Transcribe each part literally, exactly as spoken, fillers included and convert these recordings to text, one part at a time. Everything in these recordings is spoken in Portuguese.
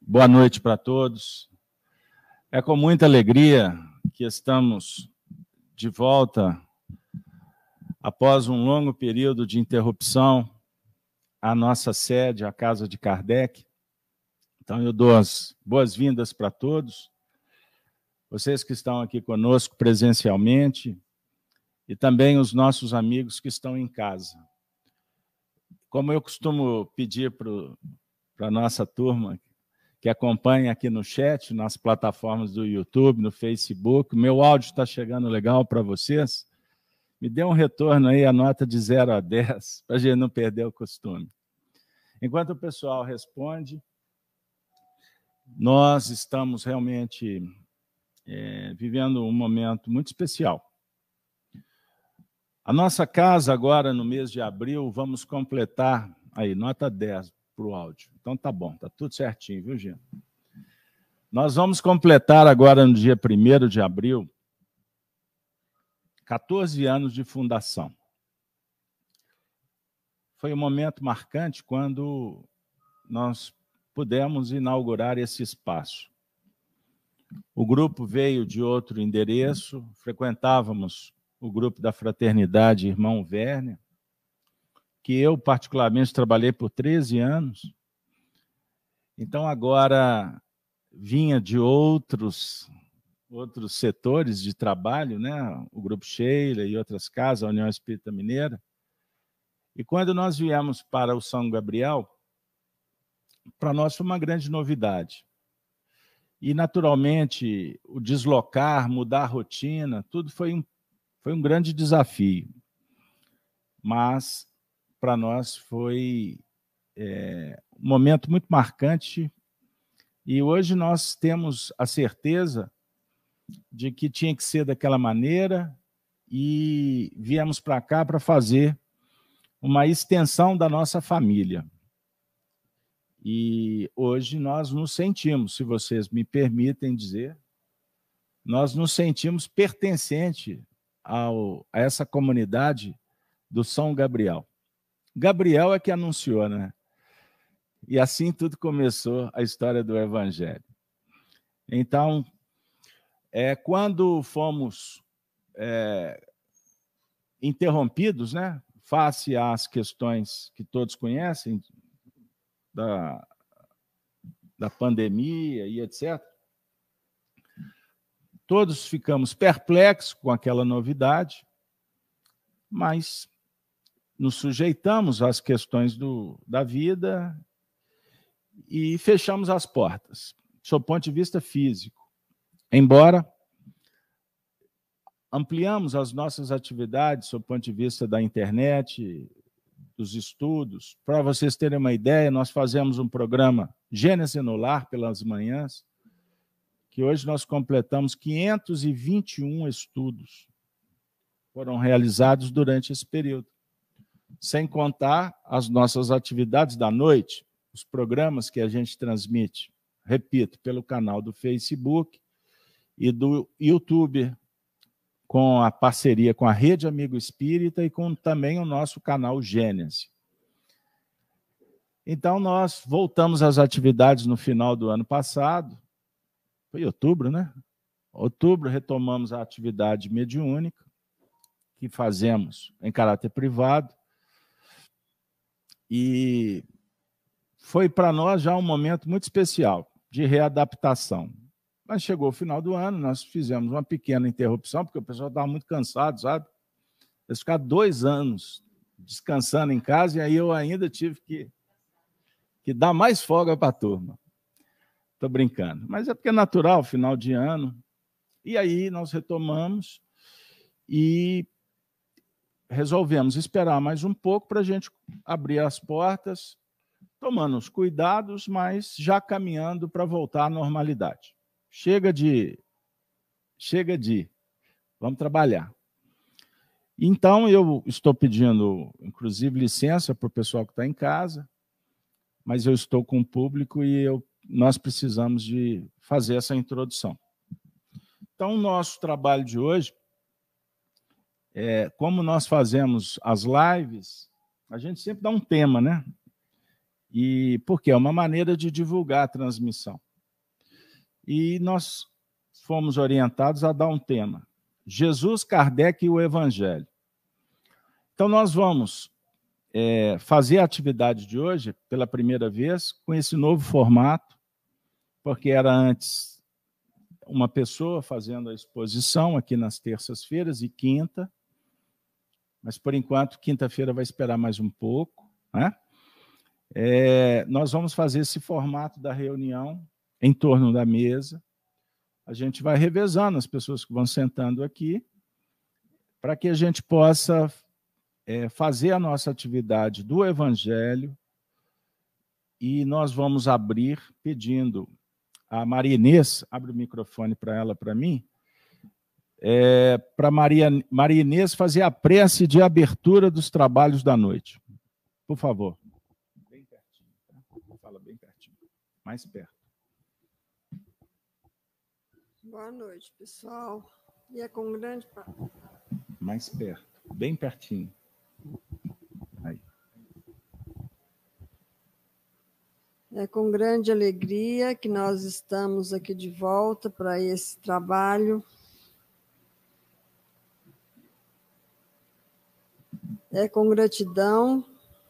Boa noite para todos. É com muita alegria que estamos de volta, após um longo período de interrupção, à nossa sede, a Casa de Kardec. Então, eu dou as boas-vindas para todos, vocês que estão aqui conosco presencialmente, e também os nossos amigos que estão em casa. Como eu costumo pedir para a nossa turma, que acompanha aqui no chat, nas plataformas do YouTube, no Facebook, meu áudio está chegando legal para vocês? Me dê um retorno aí, a nota de zero a dez, para a gente não perder o costume. Enquanto o pessoal responde, nós estamos realmente é, vivendo um momento muito especial. A nossa casa agora, no mês de abril, vamos completar, aí, nota dez para o áudio. Então tá bom, tá tudo certinho, viu, gente? Nós vamos completar agora, no dia primeiro de abril, quatorze anos de fundação. Foi um momento marcante quando nós pudemos inaugurar esse espaço. O grupo veio de outro endereço, frequentávamos o grupo da Fraternidade Irmão Werner, que eu particularmente trabalhei por treze anos. Então agora vinha de outros outros setores de trabalho, né? O Grupo Sheila e outras casas, a União Espírita Mineira. E quando nós viemos para o São Gabriel, para nós foi uma grande novidade. E, naturalmente, o deslocar, mudar a rotina, tudo foi um, foi um grande desafio. Mas, para nós, foi é, um momento muito marcante. E hoje nós temos a certeza de que tinha que ser daquela maneira e viemos para cá para fazer uma extensão da nossa família. E hoje nós nos sentimos, se vocês me permitem dizer, nós nos sentimos pertencente ao, a essa comunidade do São Gabriel. Gabriel é que anunciou, né? E assim tudo começou a história do Evangelho. Então, é, quando fomos é, interrompidos, né, face às questões que todos conhecem, da, da pandemia e etcétera, todos ficamos perplexos com aquela novidade, mas nos sujeitamos às questões do, da vida e fechamos as portas, sob o ponto de vista físico. Embora ampliamos as nossas atividades sob o ponto de vista da internet, dos estudos. Para vocês terem uma ideia, nós fazemos um programa Gênese no Lar pelas manhãs, que hoje nós completamos quinhentos e vinte e um estudos foram realizados durante esse período, sem contar as nossas atividades da noite, os programas que a gente transmite, repito, pelo canal do Facebook e do YouTube, com a parceria com a Rede Amigo Espírita e com também o nosso canal Gênese. Então, nós voltamos às atividades no final do ano passado, foi outubro, né? Outubro, retomamos a atividade mediúnica, que fazemos em caráter privado, e foi para nós já um momento muito especial de readaptação. Mas chegou o final do ano, nós fizemos uma pequena interrupção, porque o pessoal estava muito cansado, sabe? Eles ficaram dois anos descansando em casa, e aí eu ainda tive que, que dar mais folga para a turma. Estou brincando. Mas é porque é natural, final de ano. E aí nós retomamos e resolvemos esperar mais um pouco para a gente abrir as portas, tomando os cuidados, mas já caminhando para voltar à normalidade. Chega de, chega de, vamos trabalhar. Então, eu estou pedindo, inclusive, licença para o pessoal que está em casa, mas eu estou com o público e eu, nós precisamos de fazer essa introdução. Então, o nosso trabalho de hoje, é, como nós fazemos as lives, a gente sempre dá um tema, né? E porque é uma maneira de divulgar a transmissão. E nós fomos orientados a dar um tema: Jesus, Kardec e o Evangelho. Então, nós vamos é, fazer a atividade de hoje, pela primeira vez, com esse novo formato, porque era antes uma pessoa fazendo a exposição aqui nas terças-feiras e quinta, mas, por enquanto, quinta-feira vai esperar mais um pouco, né? É, nós vamos fazer esse formato da reunião em torno da mesa. A gente vai revezando as pessoas que vão sentando aqui, para que a gente possa é, fazer a nossa atividade do Evangelho, e nós vamos abrir pedindo a Maria Inês, abre o microfone para ela, para mim, é, para Maria, Maria Inês fazer a prece de abertura dos trabalhos da noite. Por favor. Bem pertinho, tá? Fala bem pertinho, mais perto. Boa noite, pessoal. E é com grande... Mais perto, bem pertinho. Aí. É com grande alegria que nós estamos aqui de volta para esse trabalho. É com gratidão,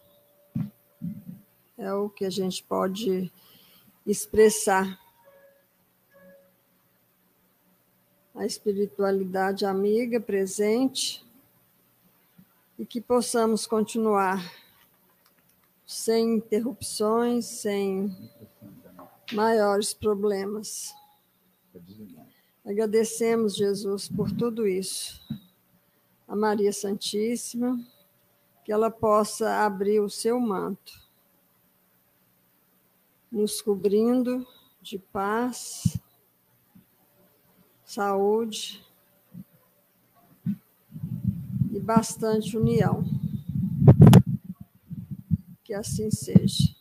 é o que a gente pode expressar. A espiritualidade amiga presente, e que possamos continuar sem interrupções, sem maiores problemas. Agradecemos, Jesus, por tudo isso. A Maria Santíssima, que ela possa abrir o seu manto, nos cobrindo de paz, saúde e bastante união. Que assim seja.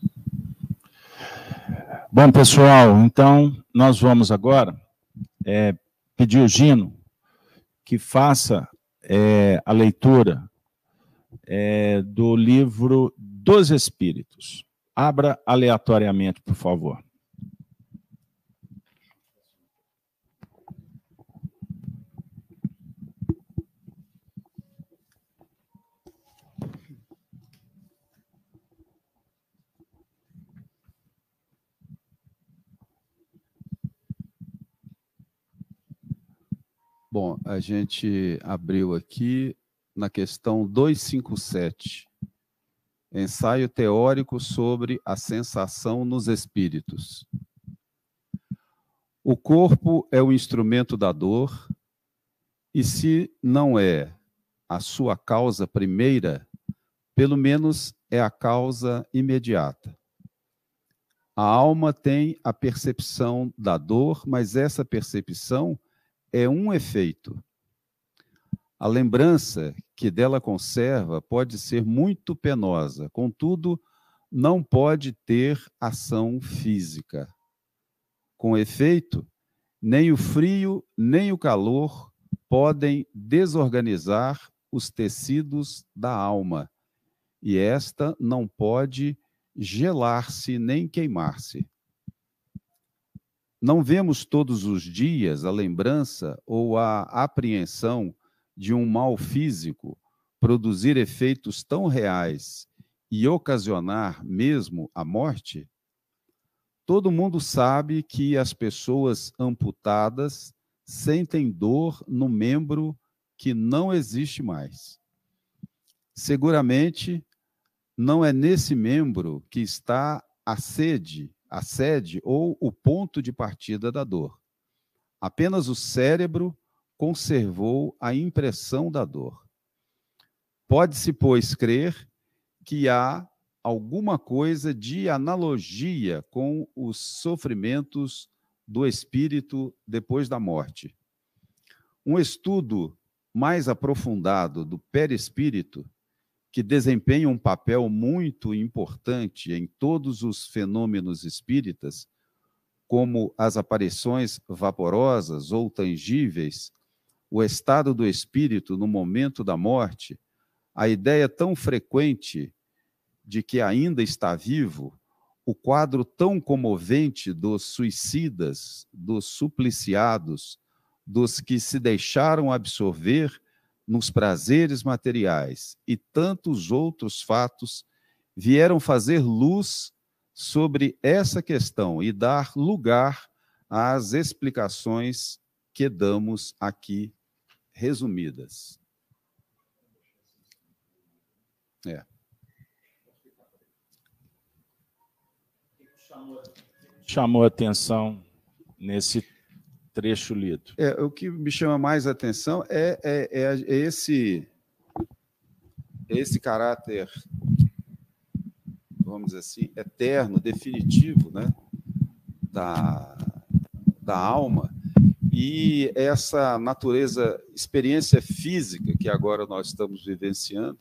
Bom, pessoal, então nós vamos agora é, pedir ao Gino que faça é, a leitura é, do livro dos Espíritos. Abra aleatoriamente, por favor. Bom, a gente abriu aqui na questão duzentos e cinquenta e sete, ensaio teórico sobre a sensação nos espíritos. O corpo é o instrumento da dor, e se não é a sua causa primeira, pelo menos é a causa imediata. A alma tem a percepção da dor, mas essa percepção é um efeito. A lembrança que dela conserva pode ser muito penosa, contudo, não pode ter ação física. Com efeito, nem o frio, nem o calor podem desorganizar os tecidos da alma, e esta não pode gelar-se nem queimar-se. Não vemos todos os dias a lembrança ou a apreensão de um mal físico produzir efeitos tão reais e ocasionar mesmo a morte? Todo mundo sabe que as pessoas amputadas sentem dor no membro que não existe mais. Seguramente, não é nesse membro que está a sede, a sede ou o ponto de partida da dor. Apenas o cérebro conservou a impressão da dor. Pode-se, pois, crer que há alguma coisa de analogia com os sofrimentos do espírito depois da morte. Um estudo mais aprofundado do perispírito, que desempenha um papel muito importante em todos os fenômenos espíritas, como as aparições vaporosas ou tangíveis, o estado do espírito no momento da morte, a ideia tão frequente de que ainda está vivo, o quadro tão comovente dos suicidas, dos supliciados, dos que se deixaram absorver nos prazeres materiais e tantos outros fatos vieram fazer luz sobre essa questão e dar lugar às explicações que damos aqui resumidas. É. Chamou a atenção nesse trecho lido? É, o que me chama mais a atenção é, é, é, é esse, esse caráter, vamos dizer assim, eterno, definitivo, né, da, da alma, e essa natureza, experiência física que agora nós estamos vivenciando.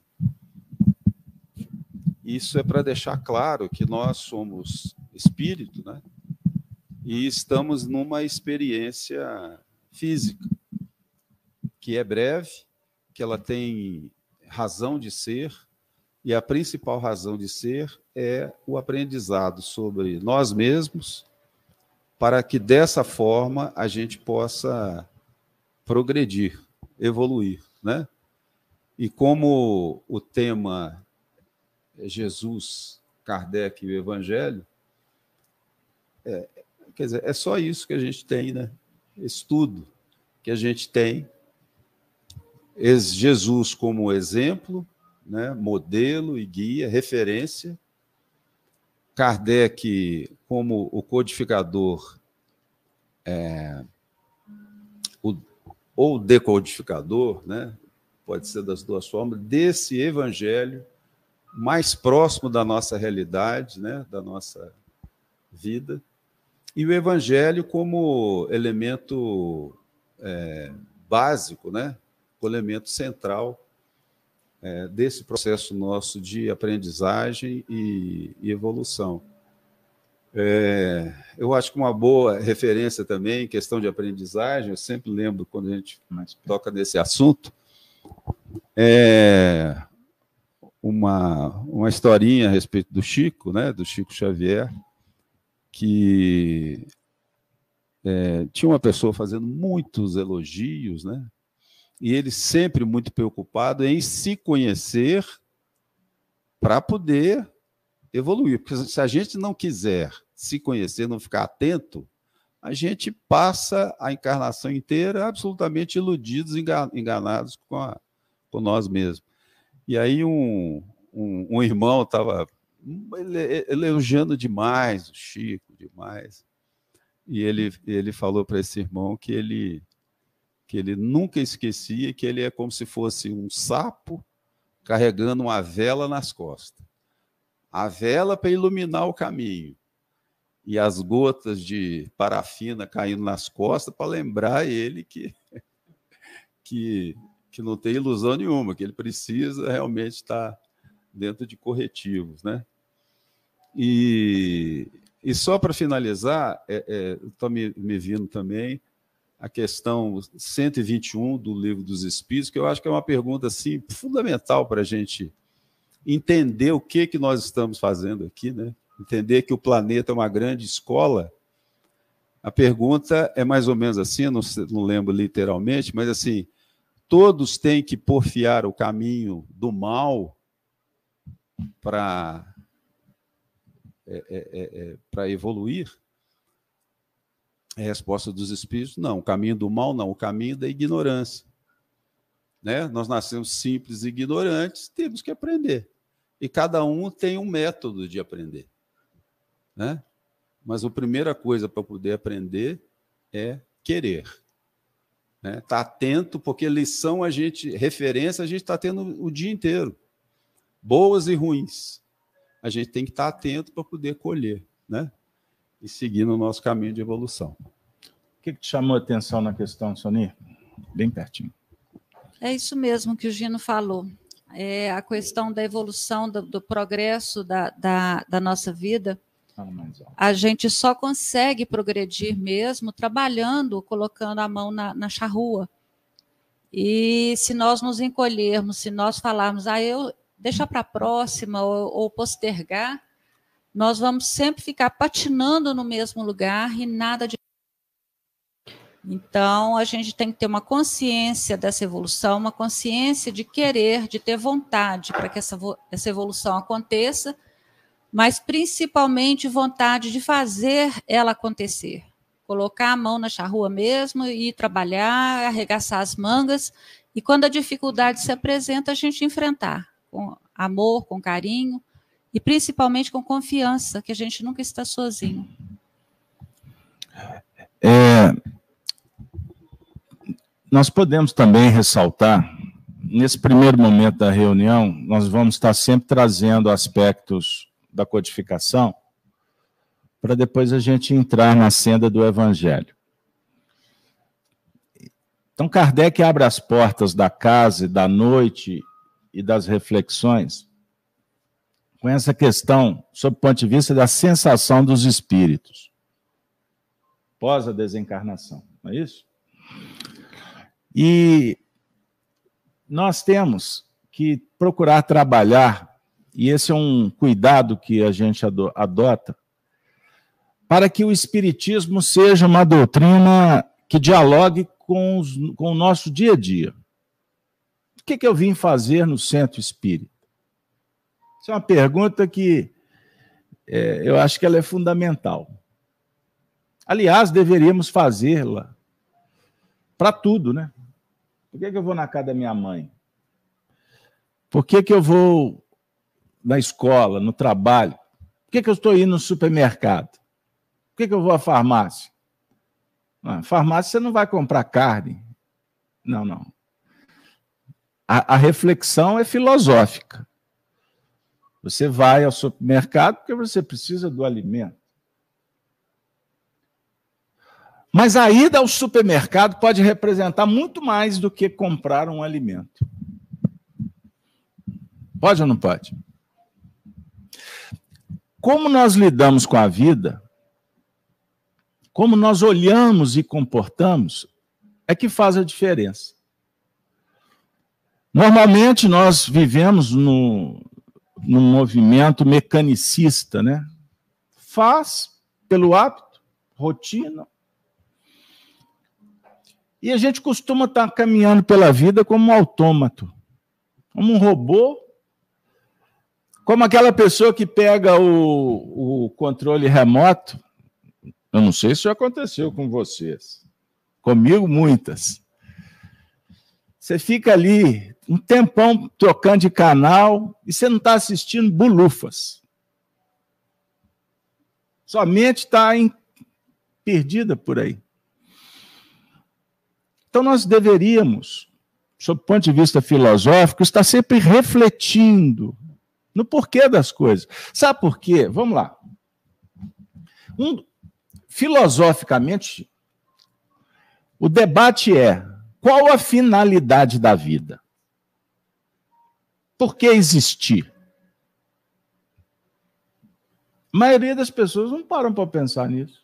Isso é para deixar claro que nós somos espírito, né? E estamos numa experiência física, que é breve, que ela tem razão de ser, e a principal razão de ser é o aprendizado sobre nós mesmos, para que dessa forma a gente possa progredir, evoluir, né? E como o tema Jesus, Kardec e o Evangelho, é, quer dizer, é só isso que a gente tem, né? Estudo que a gente tem. Jesus como exemplo, né? Modelo e guia, referência. Kardec como o codificador, é, o, ou decodificador, né? Pode ser das duas formas, desse Evangelho mais próximo da nossa realidade, né, da nossa vida, e o Evangelho como elemento é, básico, né, o elemento central é, desse processo nosso de aprendizagem e, e evolução. É, eu acho que uma boa referência também, em questão de aprendizagem, eu sempre lembro quando a gente toca nesse assunto, é uma, uma historinha a respeito do Chico, né, do Chico Xavier, que é, tinha uma pessoa fazendo muitos elogios, né, e ele sempre muito preocupado em se conhecer para poder evoluir. Porque se a gente não quiser se conhecer, não ficar atento, a gente passa a encarnação inteira absolutamente iludidos, enganados com, a, com nós mesmos. E aí um, um, um irmão estava elogiando demais o Chico, demais. E ele, ele falou para esse irmão que ele, que ele nunca esquecia que ele é como se fosse um sapo carregando uma vela nas costas. A vela para iluminar o caminho. E as gotas de parafina caindo nas costas para lembrar ele que... que que não tem ilusão nenhuma, que ele precisa realmente estar dentro de corretivos, né? E, e só para finalizar, é, é, estou me, me vindo também a questão cento e vinte e um do Livro dos Espíritos, que eu acho que é uma pergunta assim, fundamental para a gente entender o que, que nós estamos fazendo aqui, né? Entender que o planeta é uma grande escola. A pergunta é mais ou menos assim, eu não, não lembro literalmente, mas assim, todos têm que porfiar o caminho do mal para é, é, é, para evoluir? A resposta dos espíritos, não. O caminho do mal, não. O caminho da ignorância. Né? Nós nascemos simples e ignorantes, temos que aprender. E cada um tem um método de aprender. Né? Mas a primeira coisa para poder aprender é querer. Né? Tá atento, porque lição a gente, referência a gente está tendo o dia inteiro, boas e ruins. A gente tem que estar atento para poder colher, né? E seguir no nosso caminho de evolução. O que, que te chamou a atenção na questão, Soni? Bem pertinho. É isso mesmo que o Gino falou. É a questão da evolução, do, do progresso da, da, da nossa vida. A gente só consegue progredir mesmo trabalhando, colocando a mão na, na charrua. E se nós nos encolhermos, se nós falarmos, ah, eu deixa para a próxima ou, ou postergar, nós vamos sempre ficar patinando no mesmo lugar e nada de... Então, a gente tem que ter uma consciência dessa evolução, uma consciência de querer, de ter vontade para que essa, essa evolução aconteça, mas principalmente vontade de fazer ela acontecer. Colocar a mão na charrua mesmo e ir trabalhar, arregaçar as mangas, e quando a dificuldade se apresenta, a gente enfrentar com amor, com carinho, e principalmente com confiança, que a gente nunca está sozinho. É... Nós podemos também ressaltar, nesse primeiro momento da reunião, nós vamos estar sempre trazendo aspectos da codificação, para depois a gente entrar na senda do Evangelho. Então, Kardec abre as portas da casa, da noite e das reflexões, com essa questão, sob o ponto de vista da sensação dos espíritos, pós a desencarnação, não é isso? E nós temos que procurar trabalhar, e esse é um cuidado que a gente adota, para que o Espiritismo seja uma doutrina que dialogue com, os, com o nosso dia a dia. O que, que eu vim fazer no Centro Espírita? Essa é uma pergunta que é, eu acho que ela é fundamental. Aliás, deveríamos fazê-la para tudo, né? Por que, que eu vou na casa da minha mãe? Por que, que eu vou na escola, no trabalho? Por que, que eu estou indo no supermercado? Por que, que eu vou à farmácia? Na farmácia você não vai comprar carne. Não, não. A, a reflexão é filosófica. Você vai ao supermercado porque você precisa do alimento. Mas a ida ao supermercado pode representar muito mais do que comprar um alimento. Pode ou não pode? Como nós lidamos com a vida, como nós olhamos e comportamos, é que faz a diferença. Normalmente nós vivemos no, num movimento mecanicista, né? Faz pelo hábito, rotina. E a gente costuma estar caminhando pela vida como um autômato, como um robô, como aquela pessoa que pega o, o controle remoto. Eu não sei se isso aconteceu com vocês. Comigo, muitas. Você fica ali um tempão trocando de canal e você não está assistindo bulufas. Sua mente está perdida por aí. Então, nós deveríamos, sob o ponto de vista filosófico, estar sempre refletindo no porquê das coisas. Sabe por quê? Vamos lá. Um, filosoficamente, o debate é: qual a finalidade da vida? Por que existir? A maioria das pessoas não param para pensar nisso.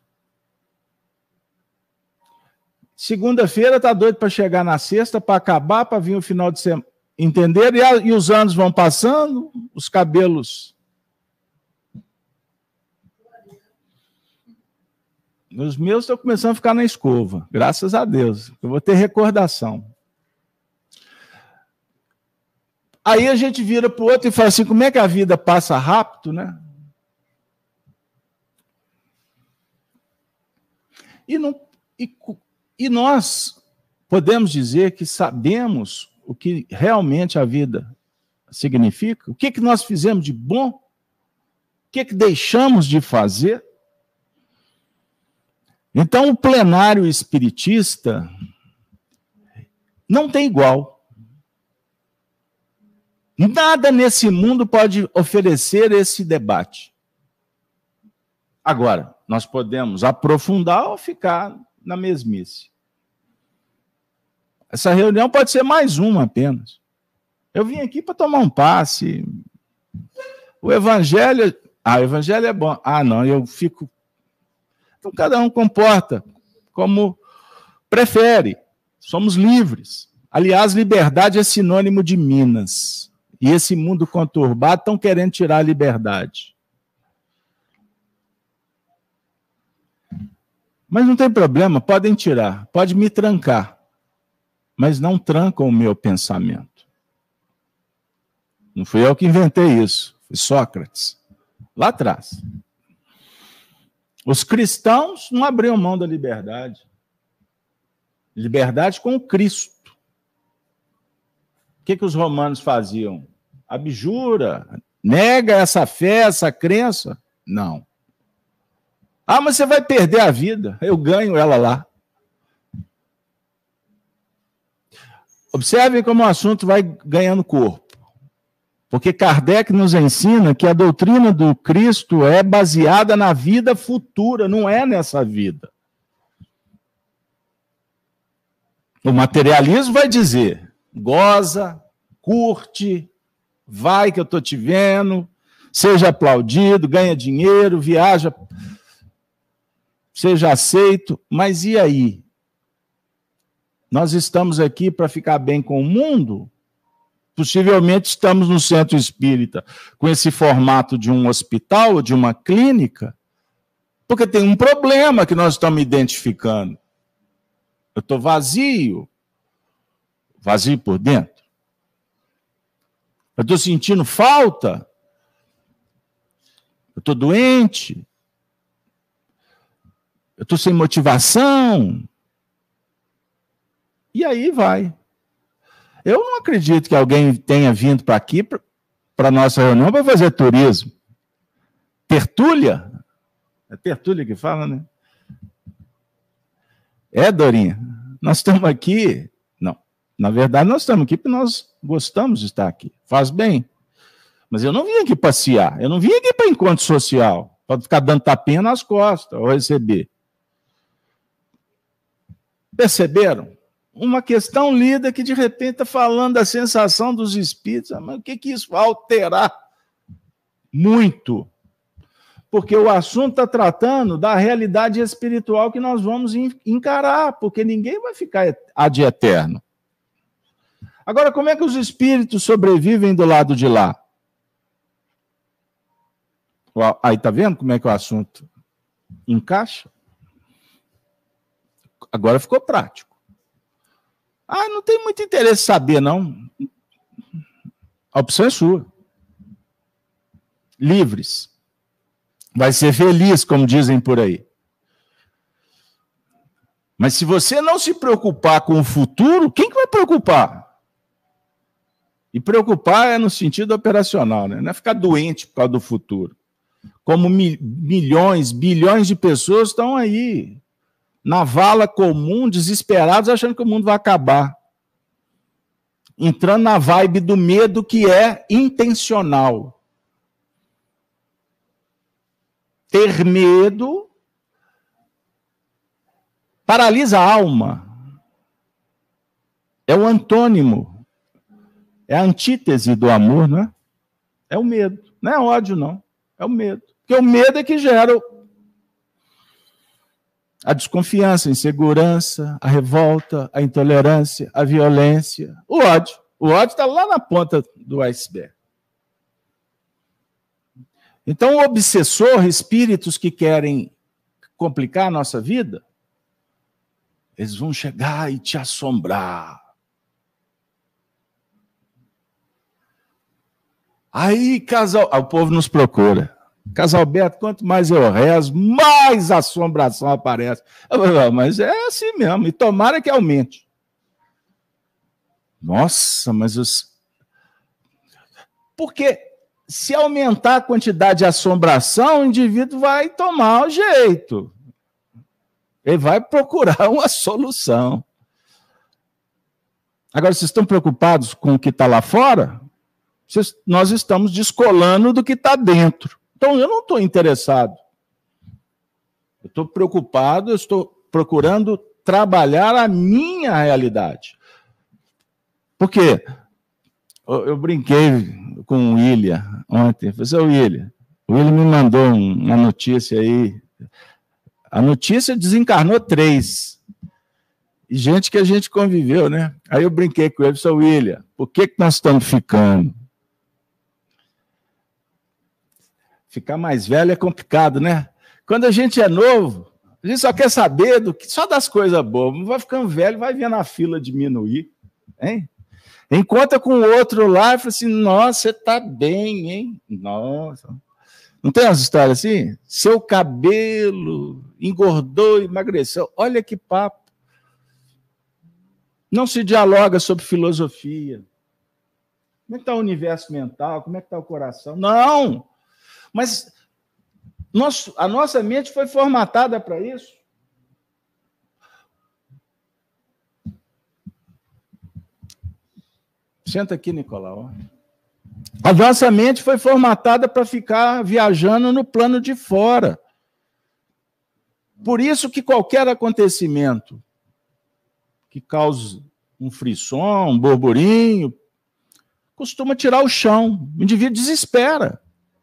Segunda-feira está doido para chegar na sexta, para acabar, para vir o final de semana. Entenderam? E, a, e os anos vão passando, os cabelos. Os meus estão começando a ficar na escova, graças a Deus. Eu vou ter recordação. Aí a gente vira para o outro e fala assim: como é que a vida passa rápido, né? E não. E, E nós podemos dizer que sabemos o que realmente a vida significa? O que, que nós fizemos de bom? O que, que deixamos de fazer? Então, o plenário espiritista não tem igual. Nada nesse mundo pode oferecer esse debate. Agora, nós podemos aprofundar ou ficar na mesmice. Essa reunião pode ser mais uma apenas. Eu vim aqui para tomar um passe. O evangelho... Ah, o evangelho é bom. Ah, não, eu fico... Então, cada um comporta como prefere. Somos livres. Aliás, liberdade é sinônimo de Minas. E esse mundo conturbado estão querendo tirar a liberdade. Mas não tem problema, podem tirar, pode me trancar, mas não trancam o meu pensamento. Não fui eu que inventei isso, foi Sócrates, lá atrás. Os cristãos não abriam mão da liberdade. Liberdade com Cristo. O que, que os romanos faziam? Abjura, nega essa fé, essa crença? Não. Ah, mas você vai perder a vida. Eu ganho ela lá. Observem como o assunto vai ganhando corpo. Porque Kardec nos ensina que a doutrina do Cristo é baseada na vida futura, não é nessa vida. O materialismo vai dizer, goza, curte, vai que eu estou te vendo, seja aplaudido, ganha dinheiro, viaja, seja aceito, mas e aí? Nós estamos aqui para ficar bem com o mundo? Possivelmente estamos no centro espírita com esse formato de um hospital ou de uma clínica, porque tem um problema que nós estamos identificando. Eu estou vazio, vazio por dentro. Eu estou sentindo falta. Eu estou doente. Eu estou sem motivação. E aí vai. Eu não acredito que alguém tenha vindo para aqui, para a nossa reunião, para fazer turismo. Tertúlia? É tertúlia que fala, né? É, Dorinha? Nós estamos aqui... Não, na verdade, nós estamos aqui porque nós gostamos de estar aqui. Faz bem. Mas eu não vim aqui passear. Eu não vim aqui para encontro social, para ficar dando tapinha nas costas ou receber. Perceberam? Uma questão lida que, de repente, está falando da sensação dos espíritos. Mas o que, que isso vai alterar? Muito. Porque o assunto está tratando da realidade espiritual que nós vamos encarar, porque ninguém vai ficar ad eterno. Agora, como é que os espíritos sobrevivem do lado de lá? Aí, está vendo como é que o assunto encaixa? Agora ficou prático. Ah, não tem muito interesse em saber, não. A opção é sua. Livres. Vai ser feliz, como dizem por aí. Mas se você não se preocupar com o futuro, quem que vai preocupar? E preocupar é no sentido operacional, né? Não é ficar doente por causa do futuro. Como mi- milhões, bilhões de pessoas estão aí, na vala comum, desesperados, achando que o mundo vai acabar. Entrando na vibe do medo que é intencional. Ter medo paralisa a alma. É o antônimo. É a antítese do amor, não é? É o medo. Não é ódio, não. É o medo. Porque o medo é que gera a desconfiança, a insegurança, a revolta, a intolerância, a violência, o ódio. O ódio está lá na ponta do iceberg. Então, o obsessor, espíritos que querem complicar a nossa vida, eles vão chegar e te assombrar. Aí, casal, o povo nos procura. Casalberto, quanto mais eu rezo, mais assombração aparece. Mas é assim mesmo, e tomara que aumente. Nossa, mas os... Porque se aumentar a quantidade de assombração, o indivíduo vai tomar o jeito. Ele vai procurar uma solução. Agora, vocês estão preocupados com o que está lá fora? Vocês, nós estamos descolando do que está dentro. Então, eu não estou interessado. Eu estou preocupado, eu estou procurando trabalhar a minha realidade. Por quê? Eu, eu brinquei com o William ontem. Eu falei, William, o William me mandou uma notícia aí. A notícia desencarnou três. E gente que a gente conviveu, né? Aí eu brinquei com ele, falei, William, por que, que nós estamos ficando? Ficar mais velho é complicado, né? Quando a gente é novo, A gente só quer saber do que, só das coisas boas. Vai ficando velho, vai vendo a fila diminuir. Hein? Encontra com o outro lá e fala assim, nossa, você está bem, hein? Nossa. Não tem umas histórias assim? Seu cabelo engordou, emagreceu. Olha que papo. Não se dialoga sobre filosofia. Como é que está o universo mental? Como é que está o coração? Não! Mas nosso, a nossa mente foi formatada para isso. Senta aqui, Nicolau. A nossa mente foi formatada para ficar viajando no plano de fora. Por isso que qualquer acontecimento que cause um frisson, um burburinho, costuma tirar o chão. O indivíduo desespera.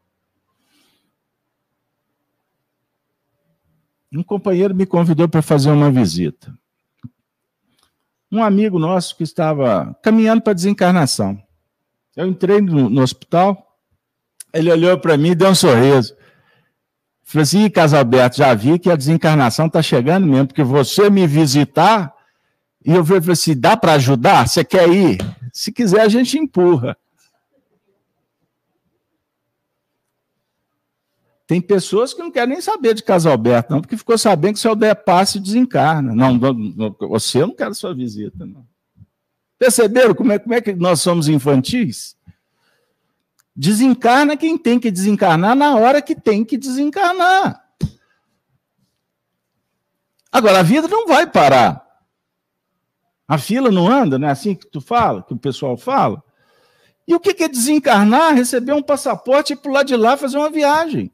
Um companheiro me convidou para fazer uma visita. Um amigo nosso que estava caminhando para a desencarnação. Eu entrei no, no hospital, ele olhou para mim e deu um sorriso. Falei assim, Casalberto, já vi que a desencarnação está chegando mesmo, porque você me visitar, e eu falei assim, dá para ajudar? Você quer ir? Se quiser, a gente empurra. Tem pessoas que não querem nem saber de Casalberto, não, porque ficou sabendo que se eu der passe, desencarna. Não, não, não, você não quer sua visita, não. Perceberam como é, como é que nós somos infantis? Desencarna quem tem que desencarnar na hora que tem que desencarnar. Agora, a vida não vai parar. A fila não anda, não é assim que tu fala, que o pessoal fala? E o que é desencarnar? Receber um passaporte e pular de lá fazer uma viagem.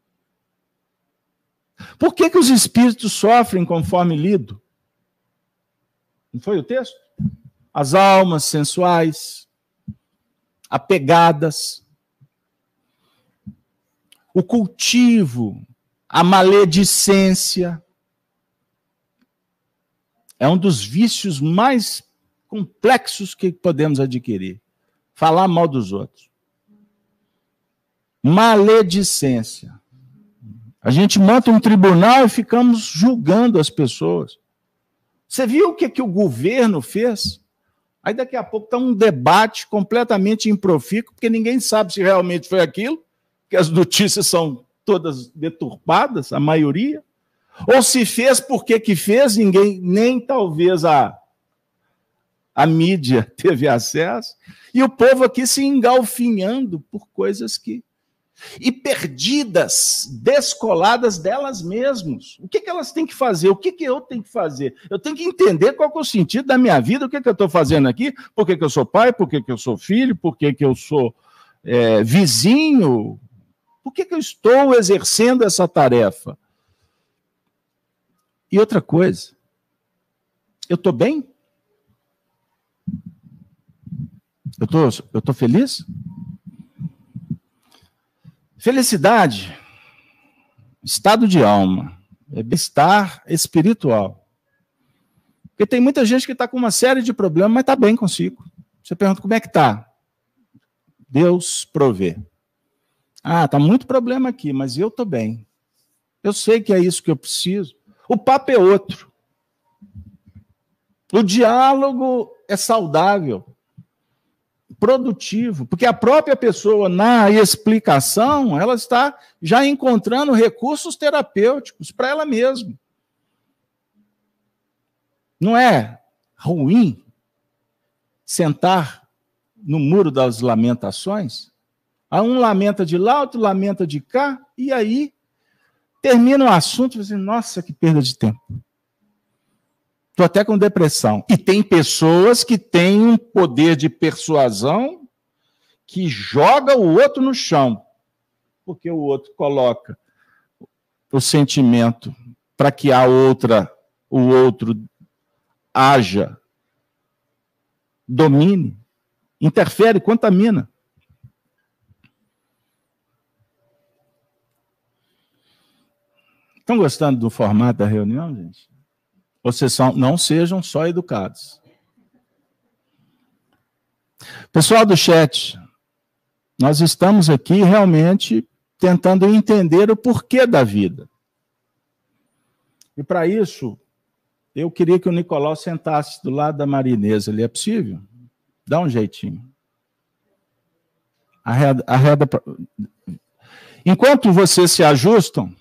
Por que que os espíritos sofrem conforme lido? Não foi o texto? As almas sensuais, apegadas, o cultivo, a maledicência, é um dos vícios mais complexos que podemos adquirir. Falar mal dos outros. Maledicência. A gente monta um tribunal e ficamos julgando as pessoas. Você viu o que, que o governo fez? Aí daqui a pouco está um debate completamente improfícuo, porque ninguém sabe se realmente foi aquilo, porque as notícias são todas deturpadas, a maioria. Ou se fez, por que que fez, ninguém, nem talvez a, a mídia teve acesso. E o povo aqui se engalfinhando por coisas que... E perdidas, descoladas delas mesmas. O que, que elas têm que fazer? O que, que eu tenho que fazer? Eu tenho que entender qual que é o sentido da minha vida, o que, que eu estou fazendo aqui, por que, que eu sou pai, por que, que eu sou filho, por que, que eu sou é, vizinho, por que, que eu estou exercendo essa tarefa? E outra coisa, eu estou bem? Eu tô, eu tô feliz? Felicidade, estado de alma, é bem-estar espiritual. Porque tem muita gente que está com uma série de problemas, mas está bem consigo. Você pergunta, como é que está? Deus provê. Ah, está muito problema aqui, mas eu estou bem. Eu sei que é isso que eu preciso. O papo é outro. O diálogo é saudável, produtivo, porque a própria pessoa, na explicação, ela está já encontrando recursos terapêuticos para ela mesma. Não é ruim sentar no muro das lamentações? Um lamenta de lá, outro lamenta de cá, e aí termina o assunto e você diz, nossa, que perda de tempo. Estou até com depressão. E tem pessoas que têm um poder de persuasão que joga o outro no chão, porque o outro coloca o sentimento para que a outra, o outro haja, domine, interfere, contamina. Estão gostando do formato da reunião, gente? Vocês são, não sejam só educados. Pessoal do chat, nós estamos aqui realmente tentando entender o porquê da vida. E para isso, eu queria que o Nicolau sentasse do lado da Maria Inês. Ali é possível? Dá um jeitinho. Arreda, arreda pra... Enquanto vocês se ajustam,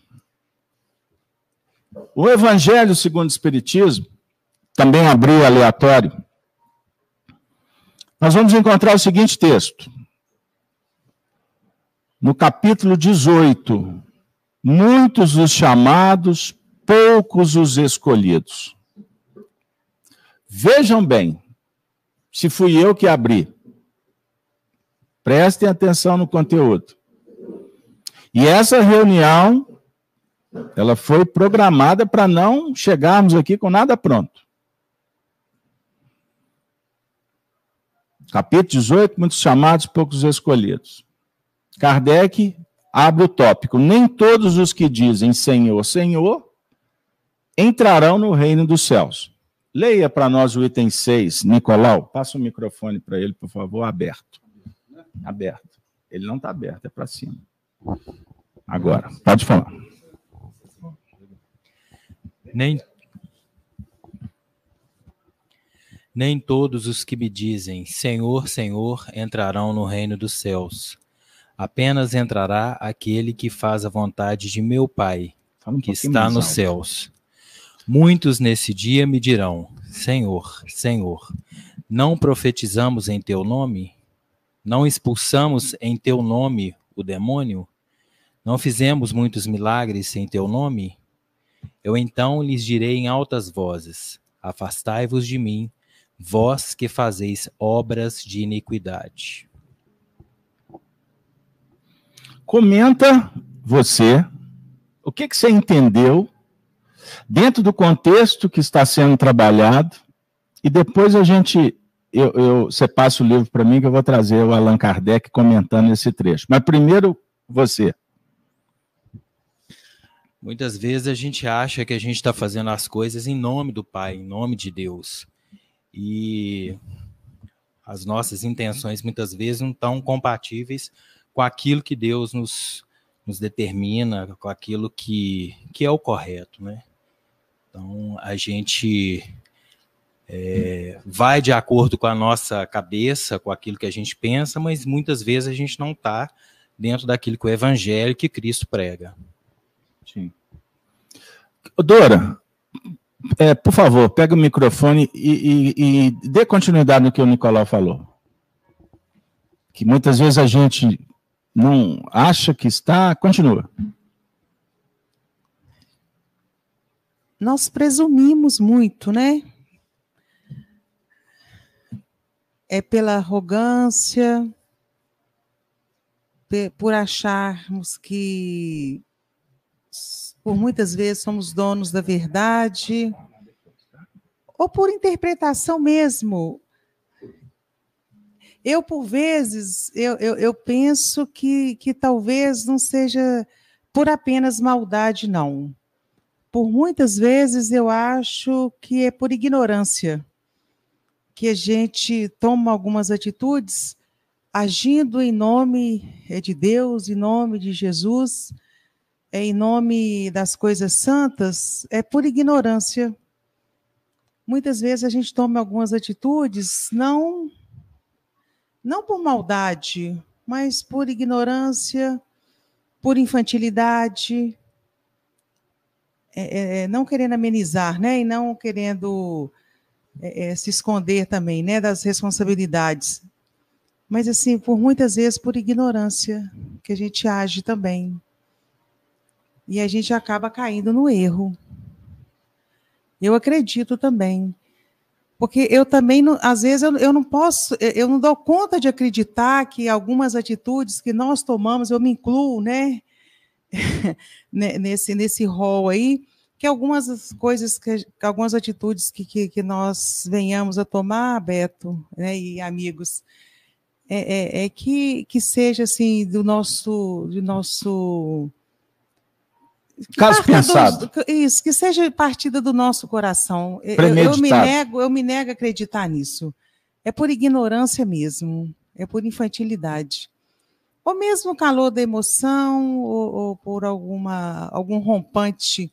o Evangelho segundo o Espiritismo, também abri aleatório, nós vamos encontrar o seguinte texto. No capítulo dezoito, muitos os chamados, poucos os escolhidos. Vejam bem, se fui eu que abri. Prestem atenção no conteúdo. E essa reunião, ela foi programada para não chegarmos aqui com nada pronto. Capítulo dezoito, muitos chamados, poucos escolhidos. Kardec abre o tópico. Nem todos os que dizem Senhor, Senhor, entrarão no reino dos céus. Leia para nós o item seis. Nicolau, passa o microfone para ele, por favor, aberto. Aberto. Ele não está aberto, é para cima. Agora, pode falar. Nem, nem todos os que me dizem Senhor, Senhor, entrarão no reino dos céus. Apenas entrará aquele que faz a vontade de meu Pai, um que está nos alto. Céus. Muitos nesse dia me dirão, Senhor, Senhor, não profetizamos em teu nome? Não expulsamos em teu nome o demônio? Não fizemos muitos milagres em teu nome? Eu então lhes direi em altas vozes, afastai-vos de mim, vós que fazeis obras de iniquidade. Comenta você o que, que você entendeu dentro do contexto que está sendo trabalhado e depois a gente, eu, eu, você passa o livro para mim que eu vou trazer o Allan Kardec comentando esse trecho. Mas primeiro, você. Muitas vezes a gente acha que a gente está fazendo as coisas em nome do Pai, em nome de Deus. E as nossas intenções muitas vezes não estão compatíveis com aquilo que Deus nos, nos determina, com aquilo que, que é o correto, né? Então, a gente é, vai de acordo com a nossa cabeça, com aquilo que a gente pensa, mas muitas vezes a gente não está dentro daquilo que o Evangelho, que Cristo prega. Sim. Dora, é, por favor, pega o microfone e, e, e dê continuidade no que o Nicolau falou. Que muitas vezes a gente não acha que está... Continua. Nós presumimos muito, né? É pela arrogância, por acharmos que, por muitas vezes, somos donos da verdade, ou por interpretação mesmo. Eu, por vezes, eu, eu, eu penso que, que talvez não seja por apenas maldade, não. Por muitas vezes eu acho que é por ignorância que a gente toma algumas atitudes agindo em nome de Deus, em nome de Jesus, em nome das coisas santas, é por ignorância. Muitas vezes a gente toma algumas atitudes não, não por maldade, mas por ignorância, por infantilidade, É, é, não querendo amenizar, né, e não querendo é, é, se esconder também, né, das responsabilidades. Mas, assim, por muitas vezes, por ignorância, que a gente age também. E a gente acaba caindo no erro. Eu acredito também. Porque eu também, não, às vezes, eu, eu não posso, eu não dou conta de acreditar que algumas atitudes que nós tomamos, eu me incluo, né, nesse, nesse rol aí, que algumas coisas, que, algumas atitudes que, que, que nós venhamos a tomar, Beto, né, e amigos, é, é, é que, que seja assim do nosso, do nosso caso pensado. Do, isso, que seja partida do nosso coração. Eu, eu me nego, eu me nego a acreditar nisso. É por ignorância mesmo, é por infantilidade. Ou mesmo calor da emoção, ou, ou por alguma, algum rompante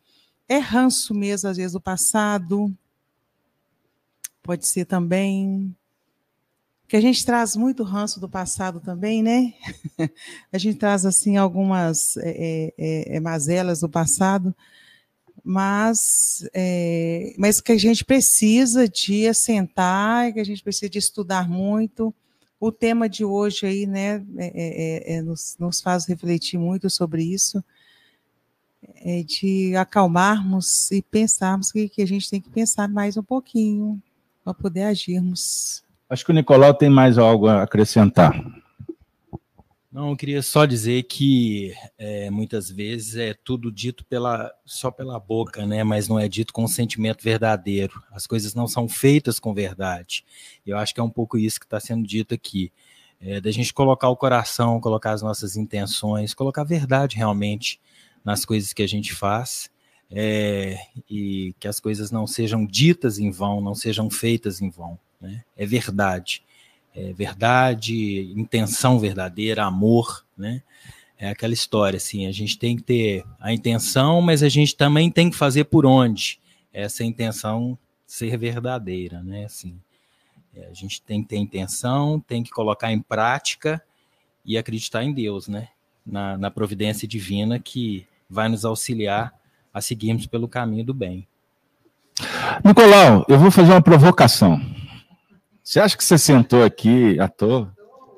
é ranço mesmo, às vezes, do passado. Pode ser também... Porque a gente traz muito ranço do passado também, né? A gente traz, assim, algumas é, é, é, mazelas do passado, mas, é, mas que a gente precisa de assentar, que a gente precisa de estudar muito. O tema de hoje aí, né, é, é, é, nos, nos faz refletir muito sobre isso, é de acalmarmos e pensarmos que, que a gente tem que pensar mais um pouquinho para poder agirmos. Acho que o Nicolau tem mais algo a acrescentar. Não, eu queria só dizer que é, muitas vezes é tudo dito pela, só pela boca, né? Mas não é dito com um sentimento verdadeiro. As coisas não são feitas com verdade. Eu acho que é um pouco isso que está sendo dito aqui. É, da gente colocar o coração, colocar as nossas intenções, colocar a verdade realmente nas coisas que a gente faz, é, e que as coisas não sejam ditas em vão, não sejam feitas em vão. Né? É verdade, é verdade, intenção verdadeira, amor, né? É aquela história, assim, a gente tem que ter a intenção, mas a gente também tem que fazer por onde essa intenção ser verdadeira, né? Assim, é, a gente tem que ter intenção, tem que colocar em prática e acreditar em Deus, né? Na, na providência divina que vai nos auxiliar a seguirmos pelo caminho do bem. Nicolau, eu vou fazer uma provocação. Você acha que você sentou aqui à toa?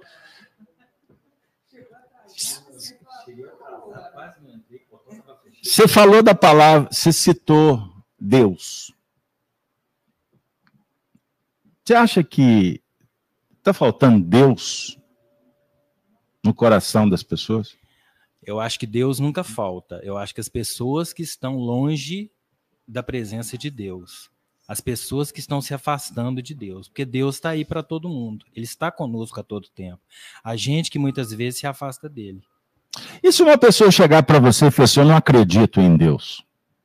Você falou da palavra, você citou Deus. Você acha que está faltando Deus no coração das pessoas? Eu acho que Deus nunca falta. Eu acho que as pessoas que estão longe da presença de Deus, as pessoas que estão se afastando de Deus, porque Deus está aí para todo mundo, Ele está conosco a todo tempo. A gente que muitas vezes se afasta dele. E se uma pessoa chegar para você e falar assim, eu não acredito em Deus?